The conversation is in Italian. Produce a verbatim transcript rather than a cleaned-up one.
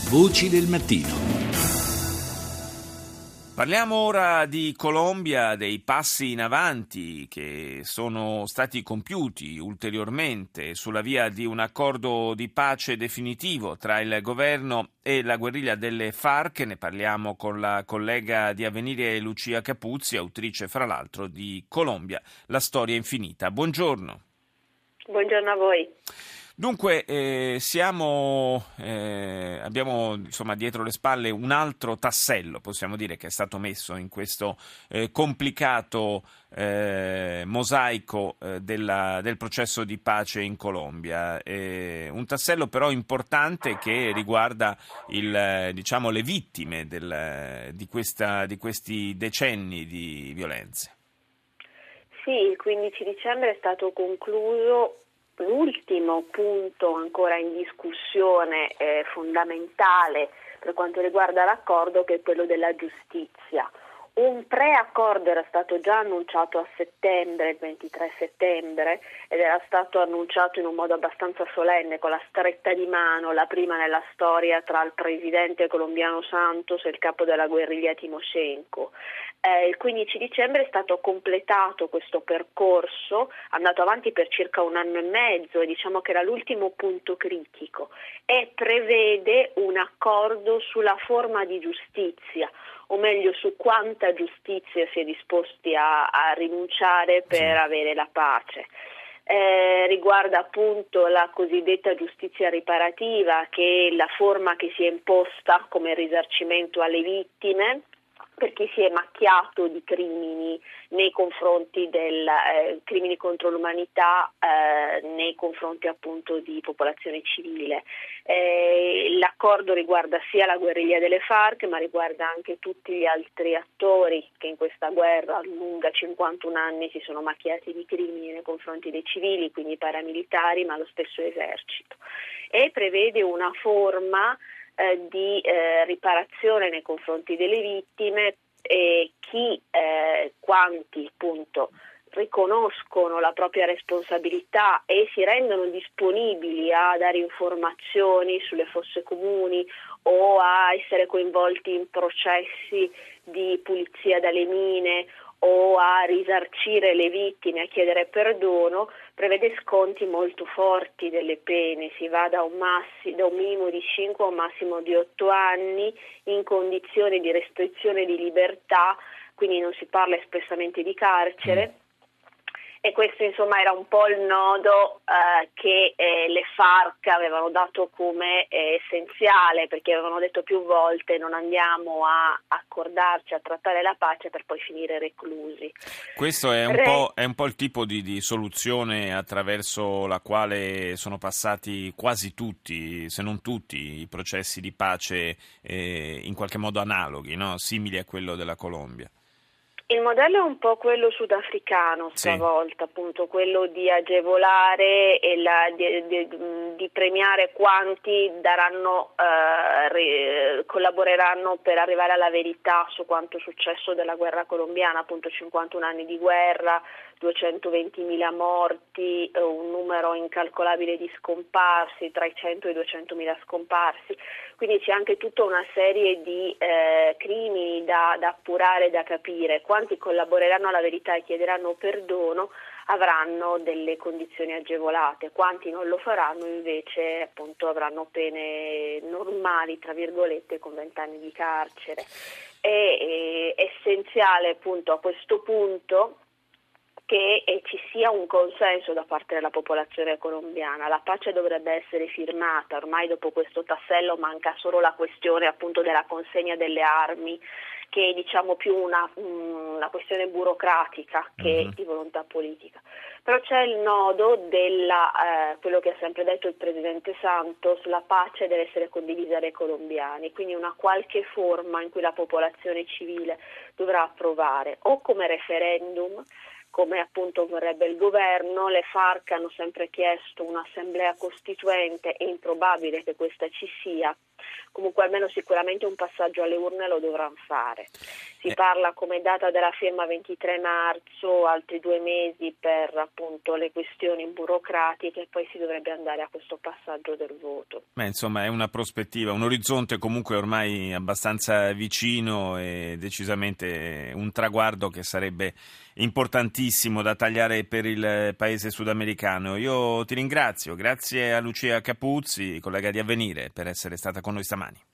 Voci del mattino. Parliamo ora di Colombia, dei passi in avanti che sono stati compiuti ulteriormente sulla via di un accordo di pace definitivo tra il governo e la guerriglia delle FARC. Ne parliamo con la collega di Avvenire Lucia Capuzzi, autrice fra l'altro di Colombia, la storia infinita. Buongiorno. Buongiorno a voi. Dunque, eh, siamo, eh, abbiamo insomma dietro le spalle un altro tassello, possiamo dire, che è stato messo in questo eh, complicato eh, mosaico eh, della, del processo di pace in Colombia. Eh, un tassello però importante che riguarda il, diciamo, le vittime del, di, questa, di questi decenni di violenze. Sì, il quindici dicembre è stato concluso l'ultimo punto ancora in discussione eh, fondamentale per quanto riguarda l'accordo, che è quello della giustizia. Un preaccordo era stato già annunciato a settembre, il ventitré settembre, ed era stato annunciato in un modo abbastanza solenne, con la stretta di mano, la prima nella storia, tra il presidente colombiano Santos e il capo della guerriglia Timoshenko. Eh, il quindici dicembre è stato completato questo percorso, andato avanti per circa un anno e mezzo, e diciamo che era l'ultimo punto critico, e prevede un accordo sulla forma di giustizia, o meglio su quanta giustizia si è disposti a, a rinunciare per avere la pace. Eh, riguarda appunto la cosiddetta giustizia riparativa, che è la forma che si è imposta come risarcimento alle vittime per chi si è macchiato di crimini nei confronti del eh, crimini contro l'umanità eh, nei confronti appunto di popolazione civile. Eh, l'accordo riguarda sia la guerriglia delle FARC, ma riguarda anche tutti gli altri attori che in questa guerra lunga cinquantuno anni si sono macchiati di crimini nei confronti dei civili, quindi i paramilitari, ma lo stesso esercito. E prevede una forma Eh, di eh, riparazione nei confronti delle vittime, e chi, eh, quanti appunto riconoscono la propria responsabilità e si rendono disponibili a dare informazioni sulle fosse comuni o a essere coinvolti in processi di pulizia dalle mine o a risarcire le vittime, a chiedere perdono, prevede sconti molto forti delle pene. Si va da un, massi, da un minimo di cinque a un massimo di otto anni in condizioni di restrizione di libertà, quindi non si parla espressamente di carcere. E questo insomma era un po' il nodo eh, che eh, le FARC avevano dato come eh, essenziale, perché avevano detto più volte: non andiamo a accordarci, a trattare la pace per poi finire reclusi. Questo è un, Re... po', è un po' il tipo di, di soluzione attraverso la quale sono passati quasi tutti, se non tutti, i processi di pace eh, in qualche modo analoghi, no? Simili a quello della Colombia. Il modello è un po' quello sudafricano stavolta, sì. Appunto quello di agevolare e la, di, di, di premiare quanti daranno, eh, re, collaboreranno per arrivare alla verità su quanto successo della guerra colombiana, appunto cinquantuno anni di guerra, duecentoventimila morti, un numero incalcolabile di scomparsi, tra i cento e i duecentomila scomparsi. Quindi c'è anche tutta una serie di eh, crimini da, da appurare e da capire. Quanti collaboreranno alla verità e chiederanno perdono avranno delle condizioni agevolate, quanti non lo faranno invece appunto avranno pene normali, tra virgolette, con vent'anni di carcere. È, è essenziale appunto a questo punto che eh, ci sia un consenso da parte della popolazione colombiana. La pace dovrebbe essere firmata, ormai dopo questo tassello manca solo la questione appunto della consegna delle armi, che è diciamo più una, una questione burocratica che uh-huh. di volontà politica. Però c'è il nodo della, eh, quello che ha sempre detto il presidente Santos: la pace deve essere condivisa dai colombiani, quindi una qualche forma in cui la popolazione civile dovrà approvare, o come referendum, come appunto vorrebbe il governo. Le FARC hanno sempre chiesto un'assemblea costituente, è improbabile che questa ci sia, comunque almeno sicuramente un passaggio alle urne lo dovranno fare. Si eh. parla come data della firma ventitré marzo, altri due mesi per appunto le questioni burocratiche e poi si dovrebbe andare a questo passaggio del voto. Beh, insomma, è una prospettiva, un orizzonte comunque ormai abbastanza vicino e decisamente un traguardo che sarebbe importantissimo da tagliare per il paese sudamericano. Io ti ringrazio, grazie a Lucia Capuzzi, collega di Avvenire, per essere stata con noi stamani.